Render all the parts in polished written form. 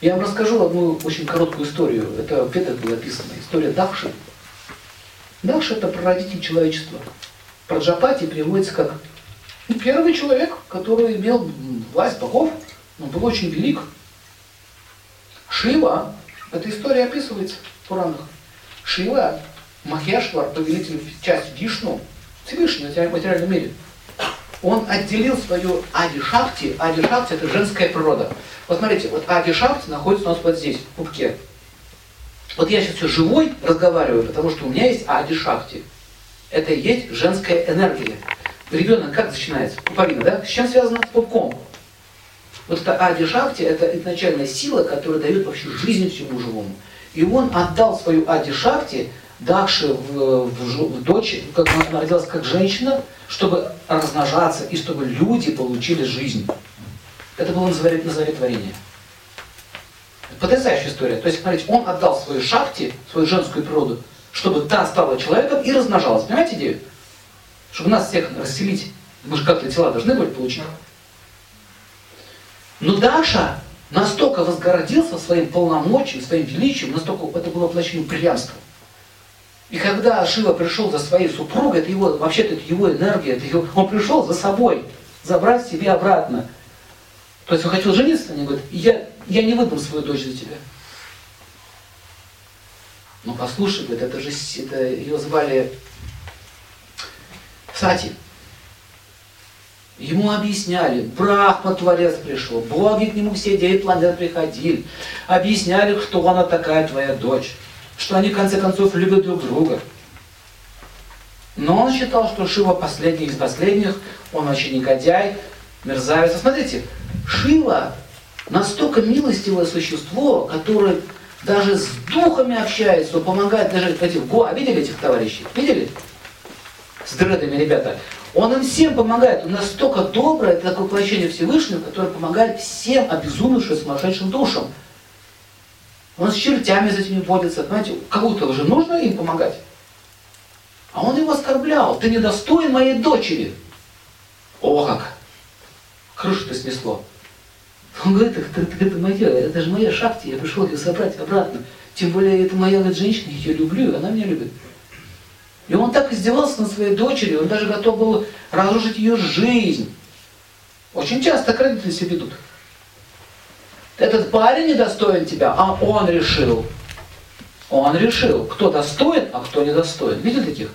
Я вам расскажу одну очень короткую историю. Это в Ведах было описано. История Дахши. Дахша — это прародитель человечества. Праджапати переводится как первый человек, который имел власть богов. Он был очень велик. Шива, эта история описывается в Пуранах. Шива, Махешвар, повелитель, часть Вишну, Всевышний в материальном мире, он отделил свою Ади-Шакти. Ади-Шакти — это женская природа. Вот смотрите, вот Ади-Шакти находится у нас вот здесь, в пупке. Вот я сейчас все живой разговариваю, потому что у меня есть Ади-Шакти. Это и есть женская энергия. Ребенок как начинается? Пуповина, да? С чем связано? С пупком. Вот это Ади-Шакти — это изначальная сила, которая дает вообще жизнь всему живому. И он отдал свою Ади-Шакти Дахше в дочь, как она родилась как женщина, чтобы размножаться и чтобы люди получили жизнь. Это было на заре творения. Потрясающая история. То есть, смотрите, он отдал свою Шакти, свою женскую природу, чтобы та стала человеком и размножалась. Понимаете идею? Чтобы нас всех расселить. Мы же как-то тела должны были получить. Но Дахша настолько возгордился своим полномочием, своим величием, настолько это было воплощение упрямства. И когда Шива пришел за своей супругой, это его, вообще-то это его энергия, он пришел за собой, забрать себе обратно. То есть он хотел жениться на ней, говорит, я не выдам свою дочь за тебя. Ну послушай, говорит, это ее звали Сати. Ему объясняли, Брахма Творец пришел, боги к нему все 9 планет приходили, объясняли, кто она такая, твоя дочь, что они в конце концов любят друг друга. Но он считал, что Шива последний из последних, он вообще негодяй, мерзавец. А смотрите, Шива настолько милостивое существо, которое даже с духами общается, помогает даже этим. Видели этих товарищей? Видели? С дредами ребята. Он им всем помогает. Он настолько добрый, это такое воплощение Всевышнего, которое помогает всем обезумевшим, сумасшедшим душам. Он с чертями за этими водится. Понимаете, кому-то уже нужно им помогать. А он его оскорблял. Ты недостоин моей дочери. О, как! Крышу-то снесло. Он говорит, это же моя Шакти, я пришел ее собрать обратно. Тем более, это моя женщина, я ее люблю, и она меня любит. И он так издевался над своей дочерью, он даже готов был разрушить ее жизнь. Очень часто так родители себя ведут. Этот парень недостоин тебя, а он решил. Он решил, кто достоин, а кто недостоин. Видели таких?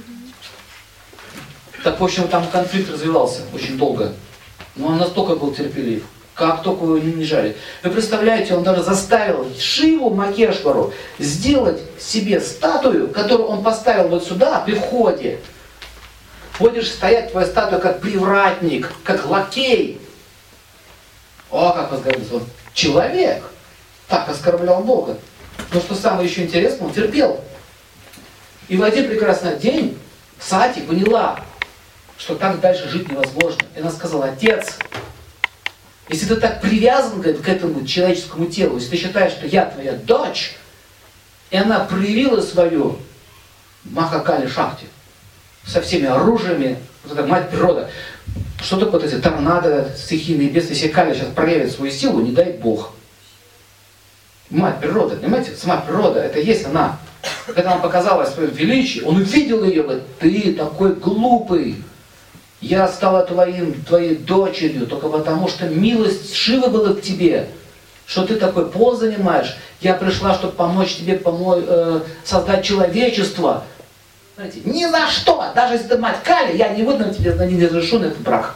Так, в общем, там конфликт развивался очень долго. Но он настолько был терпелив. Как только его не унижали. Вы представляете, он даже заставил Шиву Макешвару сделать себе статую, которую он поставил вот сюда, при входе. Будешь стоять твоя статуя как привратник, как лакей. О, как возгордился он. Человек так оскорблял Бога. Но что самое еще интересное, он терпел. И в один прекрасный день Сати поняла, что так дальше жить невозможно. И она сказала, отец, если ты так привязан, говорит, к этому человеческому телу, если ты считаешь, что я твоя дочь, и она проявила свою Махакали Шакти со всеми оружиями, вот эта мать природа, что такое вот эти торнадо, стихийные бедствия, если Кали сейчас проявит свою силу, не дай Бог. Мать природа, понимаете, сама природа, это есть она. Когда она показала свое величие, он увидел ее, говорит, ты такой глупый. Я стала твоей дочерью только потому, что милость Шивы была к тебе, что ты такой пост занимаешь. Я пришла, чтобы помочь тебе создать человечество. Знаете, ни за что, даже если ты мать Кали, я не выдам тебе, не разрешу на этот брак.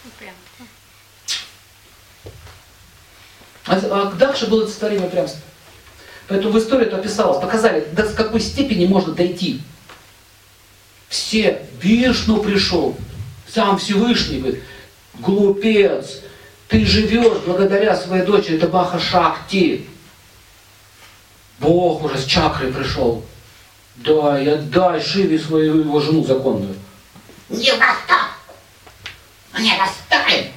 А дальше было олицетворение упрямства. Поэтому в истории это описалось, показали, до какой степени можно дойти. Все, Вишну пришел. Сам Всевышний говорит, глупец, ты живешь благодаря своей дочери, это Маха Шакти. Бог уже с чакрой пришел. Дай Шиве свою его жену законную. Не достанем! Не достанем!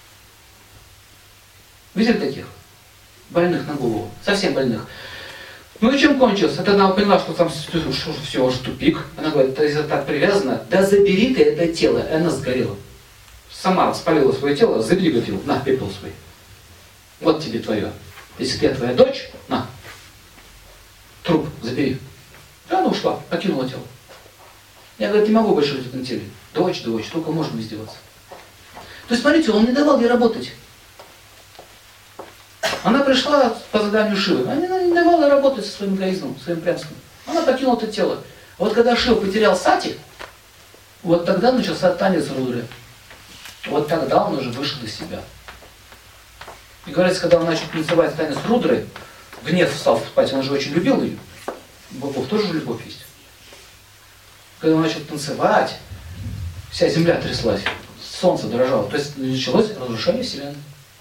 Видели таких? Больных на голову. Совсем больных. Ну и чем кончилось? Это она поняла, что там все уже тупик. Она говорит, если так привязана, да забери ты это тело. И она сгорела. Сама спалила свое тело, забери, говорит, его, на, пепел свой. Вот тебе твое. Если я твоя дочь, на, труп забери. И она ушла, покинула тело. Я, говорит, не могу больше жить в этом теле. Дочь, только можно издеваться. То есть, смотрите, он не давал ей работать. Она пришла по заданию Шивы. Она не давала ей работать со своим эгоизмом, своим прямством. Она покинула это тело. А вот когда Шива потерял сати, вот тогда начался танец Рудри. Вот тогда он уже вышел из себя. И говорится, когда он начал танцевать танец Рудры, гнев стал вступать, он же очень любил ее. У богов тоже же любовь есть. Когда он начал танцевать, вся земля тряслась, солнце дрожало. То есть началось разрушение Вселенной.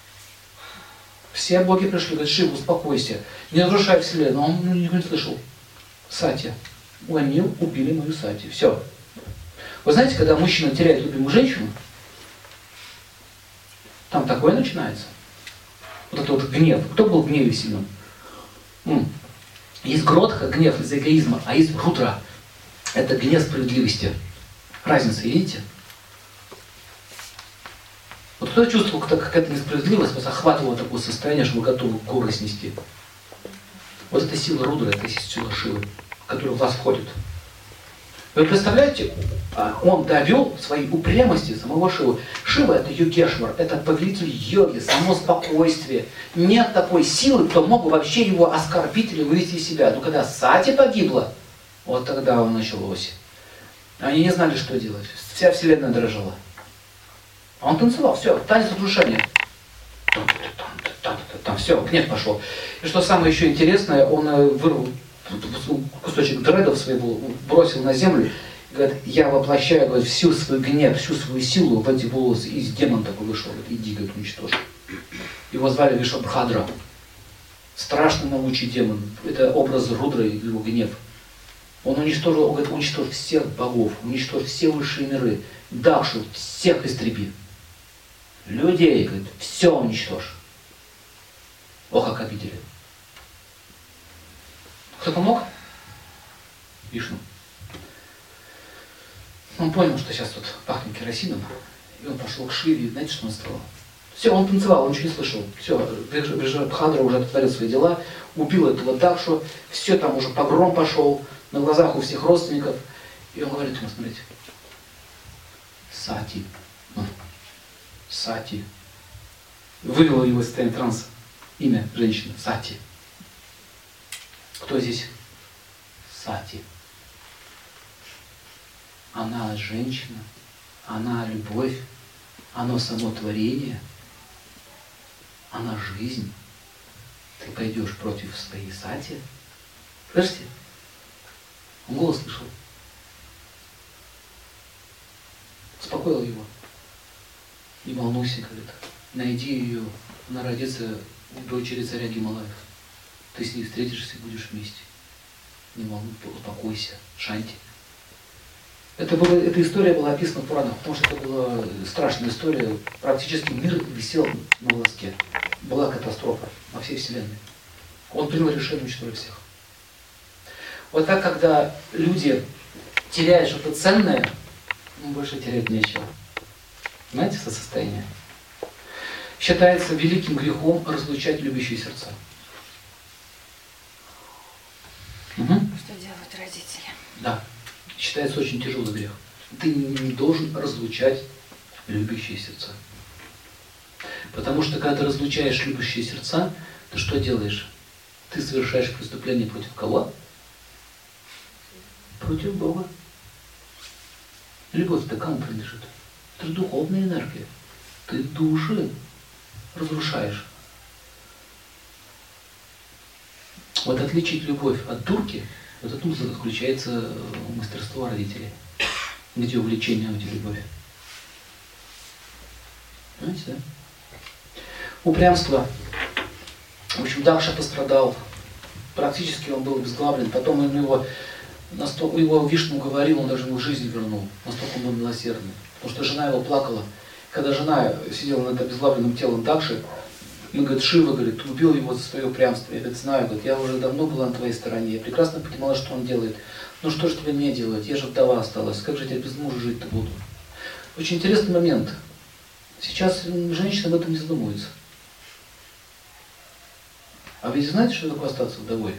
Все боги пришли, говорят, Шива, успокойся, не разрушай Вселенную. Но он никто не слышал. Сатья. Они убили мою Сати. Все. Вы знаете, когда мужчина теряет любимую женщину, там такое начинается. Вот это вот гнев. Кто был в гневе сильным? Есть гротха, гнев из-за эгоизма, а есть рудра. Это гнев справедливости. Разница, видите? Вот кто чувствовал, когда какая-то несправедливость вас охватывала такое состояние, что вы готовы горы снести? Вот это сила Рудры, это сила Шивы, в которую в вас входит. Вы представляете, он довел своей упрямости самого Шиву. Шива это йогешвар, это повелитель йоги, само спокойствие. Нет такой силы, кто мог бы вообще его оскорбить или вывести из себя. Но когда Сати погибла, вот тогда он началось. Они не знали, что делать. Вся вселенная дрожала. А он танцевал, все, танец разрушения. Там все, гнев пошел. И что самое еще интересное, он вырвал кусочек дредов своего, бросил на землю и говорит, я воплощаю, говорит, всю свой гнев, всю свою силу в эти волосы. И демон такой вышел, говорит, иди, говорит, уничтожь. Его звали Вишабхадра. Страшный могучий демон. Это образ Рудры, его гнев. Он уничтожил, он говорит, уничтожь всех богов, уничтожь все высшие миры, Дахшу, всех истреби. Людей, говорит, все уничтожь. Ох, как обидели. Кто помог? Вишну. Он понял, что сейчас тут пахнет керосином, и он пошел к Шиве, и знаете, что он сделал? Все, он танцевал, он ничего не слышал. Все, Вишабхадра уже отворил свои дела, убил этого Дахшу, все, там уже погром пошел, на глазах у всех родственников. И он говорит ему, смотрите, Сати, Сати. Вывел его из состояния транса. Имя женщины, Сати. Кто здесь? Сати. Она женщина, она любовь, она само творение, она жизнь. Ты пойдешь против своей Сати? Слышите? Он голос слышал. Успокоил его. Не волнуйся, говорит. Найди ее, она родится у дочери царя Гималаев. Ты с ней встретишься и будешь вместе. Не волнуйся, успокойся, Шанти. Эта история была описана в Пуранах, потому что это была страшная история. Практически мир висел на волоске. Была катастрофа во всей Вселенной. Он принял решение уничтожить всех. Вот так, когда люди теряют что-то ценное, больше терять нечего. Знаете, это состояние? Считается великим грехом разлучать любящие сердца. Угу. Что делают родители? Да. Считается очень тяжелый грех. Ты не должен разлучать любящие сердца. Потому что когда ты разлучаешь любящие сердца, ты что делаешь? Ты совершаешь преступление против кого? Против Бога. Любовь-то кому принадлежит? Это же духовная энергия. Ты души разрушаешь. Вот отличить любовь от дурки, вот это заключается мастерство родителей. Где увлечение, а где любовь. Понимаете, да? Упрямство. В общем, Дахша пострадал. Практически он был обезглавлен. Потом его Вишну говорил, он даже ему жизнь вернул. Настолько он был милосердный. Потому что жена его плакала. Когда жена сидела над обезглавленным телом Дахши, он говорит, Шива, говорит, ты убил его за свое упрямство. Я говорит, знаю, говорит, я уже давно была на твоей стороне. Я прекрасно понимала, что он делает. Ну что же тебе мне делать? Я же вдова осталась. Как же я без мужа жить-то буду? Очень интересный момент. Сейчас женщины об этом не задумываются. А вы знаете, что такое остаться вдовой?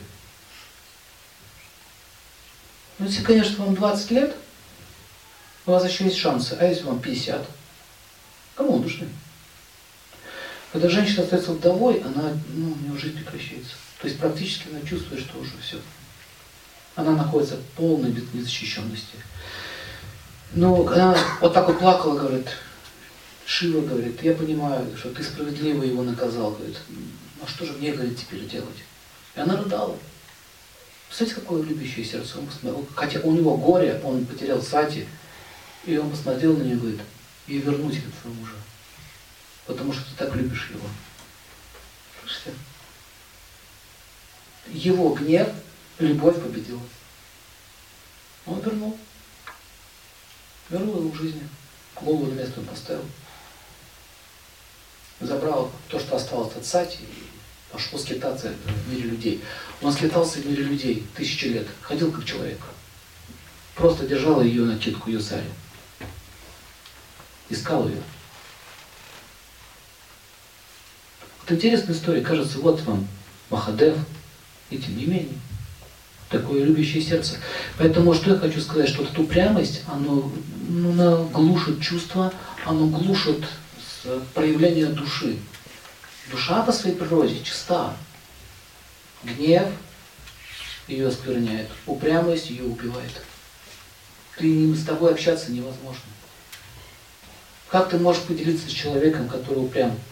Ну, если, конечно, вам 20 лет, у вас еще есть шансы, а если вам 50? Кому нужны? Когда женщина остается вдовой, она, у нее жизнь прекращается. То есть практически она чувствует, что уже все. Она находится в полной незащищенности. Но она вот так вот плакала, говорит, Шива говорит, я понимаю, что ты справедливо его наказал, говорит, а что же мне, говорит, теперь делать? И она рыдала. Представляете, какое любящее сердце. Он посмотрел, хотя у него горе, он потерял сати, и он посмотрел на нее и говорит, и верну тебе твоего мужа, потому что ты так любишь его. Слышите? Его гнев, любовь победила. Он вернул. Вернул его в жизни. Голову на место он поставил. Забрал то, что осталось от сати, и пошел скитаться в мире людей. Он скитался в мире людей 1000 лет. Ходил как человек. Просто держал ее накидку, ее сари. Искал ее. Вот интересная история. Кажется, вот вам Махадев. И тем не менее. Такое любящее сердце. Поэтому что я хочу сказать, что эта упрямость, она глушит чувства, она глушит проявление души. Душа по своей природе чиста. Гнев ее оскверняет, упрямость ее убивает. С тобой общаться невозможно. Как ты можешь поделиться с человеком, который упрям?